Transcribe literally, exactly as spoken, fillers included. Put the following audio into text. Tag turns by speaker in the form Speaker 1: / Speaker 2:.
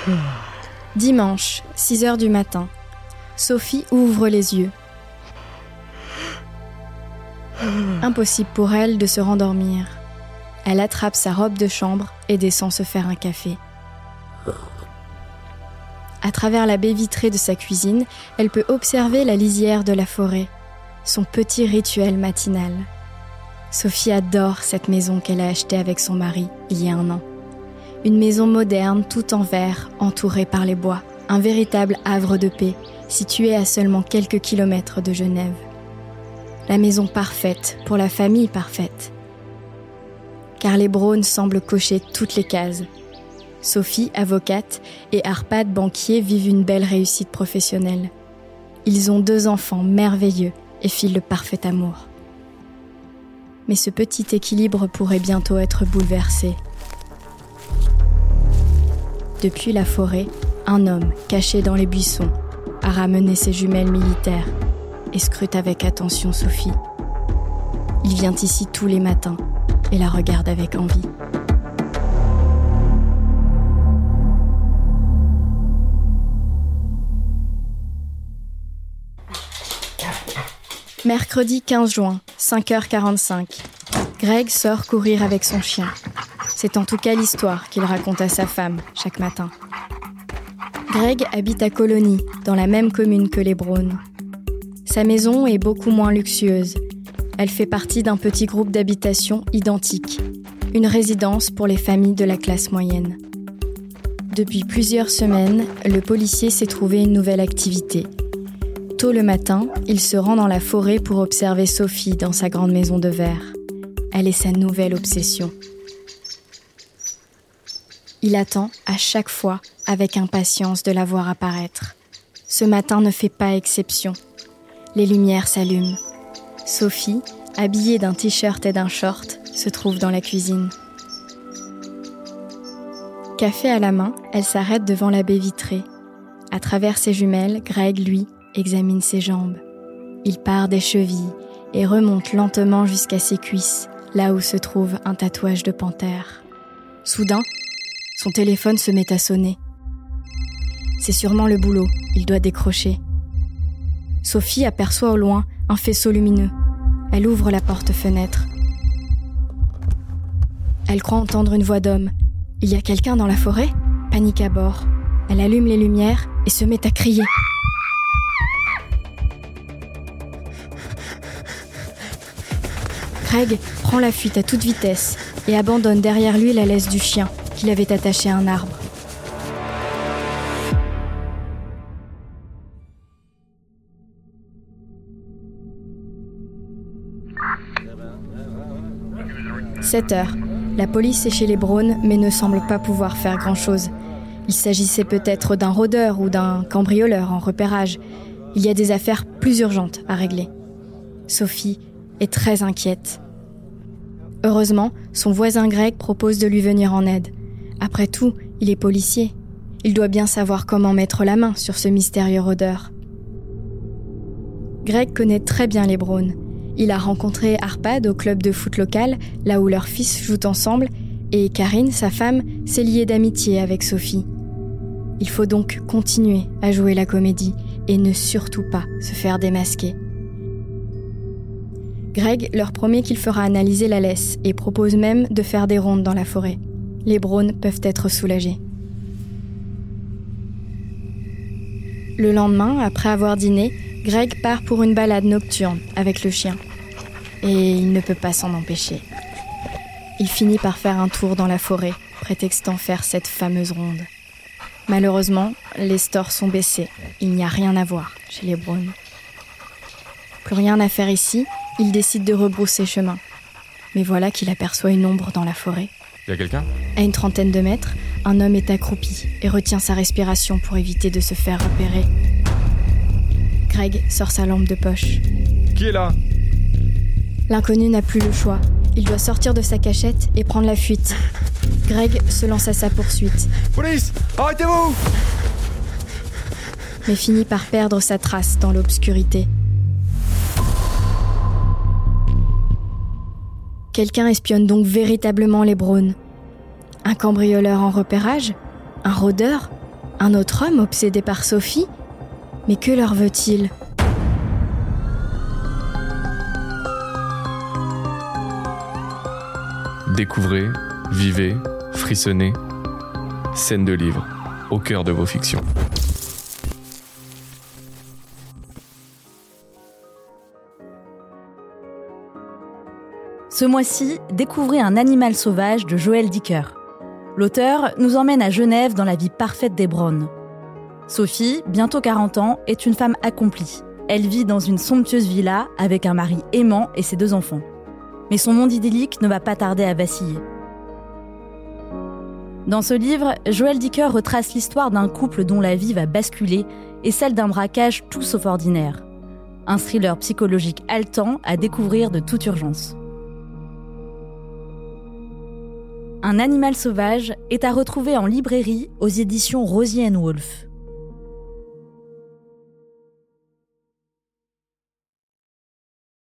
Speaker 1: Dimanche, six heures du matin. Sophie ouvre les yeux. Impossible pour elle de se rendormir. Elle attrape sa robe de chambre et descend se faire un café. À travers la baie vitrée de sa cuisine, elle peut observer la lisière de la forêt, son petit rituel matinal. Sophie adore cette maison qu'elle a achetée avec son mari il y a un an. Une maison moderne, tout en verre, entourée par les bois. Un véritable havre de paix, situé à seulement quelques kilomètres de Genève. La maison parfaite pour la famille parfaite. Car les Braun semblent cocher toutes les cases. Sophie, avocate, et Arpad, banquier, vivent une belle réussite professionnelle. Ils ont deux enfants merveilleux et filent le parfait amour. Mais ce petit équilibre pourrait bientôt être bouleversé. Depuis la forêt, un homme, caché dans les buissons, a ramené ses jumelles militaires et scrute avec attention Sophie. Il vient ici tous les matins et la regarde avec envie. Mercredi quinze juin, cinq heures quarante-cinq. Greg sort courir avec son chien. C'est en tout cas l'histoire qu'il raconte à sa femme chaque matin. Greg habite à Colonie, dans la même commune que les Braun. Sa maison est beaucoup moins luxueuse. Elle fait partie d'un petit groupe d'habitation identique, une résidence pour les familles de la classe moyenne. Depuis plusieurs semaines, le policier s'est trouvé une nouvelle activité. Tôt le matin, il se rend dans la forêt pour observer Sophie dans sa grande maison de verre. Elle est sa nouvelle obsession. Il attend à chaque fois avec impatience de la voir apparaître. Ce matin ne fait pas exception. Les lumières s'allument. Sophie, habillée d'un t-shirt et d'un short, se trouve dans la cuisine. Café à la main, elle s'arrête devant la baie vitrée. À travers ses jumelles, Greg, lui, examine ses jambes. Il part des chevilles et remonte lentement jusqu'à ses cuisses, là où se trouve un tatouage de panthère. Soudain, son téléphone se met à sonner. C'est sûrement le boulot, il doit décrocher. Sophie aperçoit au loin un faisceau lumineux. Elle ouvre la porte-fenêtre. Elle croit entendre une voix d'homme. Il y a quelqu'un dans la forêt ? Panique à bord. Elle allume les lumières et se met à crier. Greg prend la fuite à toute vitesse et abandonne derrière lui la laisse du chien qu'il avait attaché à un arbre. sept heures. La police est chez les Braun, mais ne semble pas pouvoir faire grand-chose. Il s'agissait peut-être d'un rôdeur ou d'un cambrioleur en repérage. Il y a des affaires plus urgentes à régler. Sophie est très inquiète. Heureusement, son voisin Greg propose de lui venir en aide. Après tout, il est policier. Il doit bien savoir comment mettre la main sur ce mystérieux rôdeur. Greg connaît très bien les Braun. Il a rencontré Arpad au club de foot local, là où leurs fils jouent ensemble, et Karine, sa femme, s'est liée d'amitié avec Sophie. Il faut donc continuer à jouer la comédie et ne surtout pas se faire démasquer. Greg leur promet qu'il fera analyser la laisse et propose même de faire des rondes dans la forêt. Les Braun peuvent être soulagés. Le lendemain, après avoir dîné, Greg part pour une balade nocturne avec le chien. Et il ne peut pas s'en empêcher. Il finit par faire un tour dans la forêt, prétextant faire cette fameuse ronde. Malheureusement, les stores sont baissés. Il n'y a rien à voir chez les Braun. Plus rien à faire ici, il décide de rebrousser chemin. Mais voilà qu'il aperçoit une ombre dans la forêt.
Speaker 2: Y a quelqu'un ?
Speaker 1: À une trentaine de mètres, un homme est accroupi et retient sa respiration pour éviter de se faire repérer. Greg sort sa lampe de poche.
Speaker 2: Qui est là ?
Speaker 1: L'inconnu n'a plus le choix. Il doit sortir de sa cachette et prendre la fuite. Greg se lance à sa poursuite.
Speaker 2: Police ! Arrêtez-vous !
Speaker 1: Mais finit par perdre sa trace dans l'obscurité. Quelqu'un espionne donc véritablement les Braun. Un cambrioleur en repérage ? Un rôdeur ? Un autre homme obsédé par Sophie? Mais que leur veut-il?
Speaker 2: Découvrez, vivez, frissonnez. Scène de livre, au cœur de vos fictions.
Speaker 3: Ce mois-ci, découvrez Un animal sauvage de Joël Dicker. L'auteur nous emmène à Genève dans la vie parfaite des Braun. Sophie, bientôt quarante ans, est une femme accomplie. Elle vit dans une somptueuse villa avec un mari aimant et ses deux enfants. Mais son monde idyllique ne va pas tarder à vaciller. Dans ce livre, Joël Dicker retrace l'histoire d'un couple dont la vie va basculer et celle d'un braquage tout sauf ordinaire. Un thriller psychologique haletant à découvrir de toute urgence. Un animal sauvage est à retrouver en librairie aux éditions Rosier and Wolf.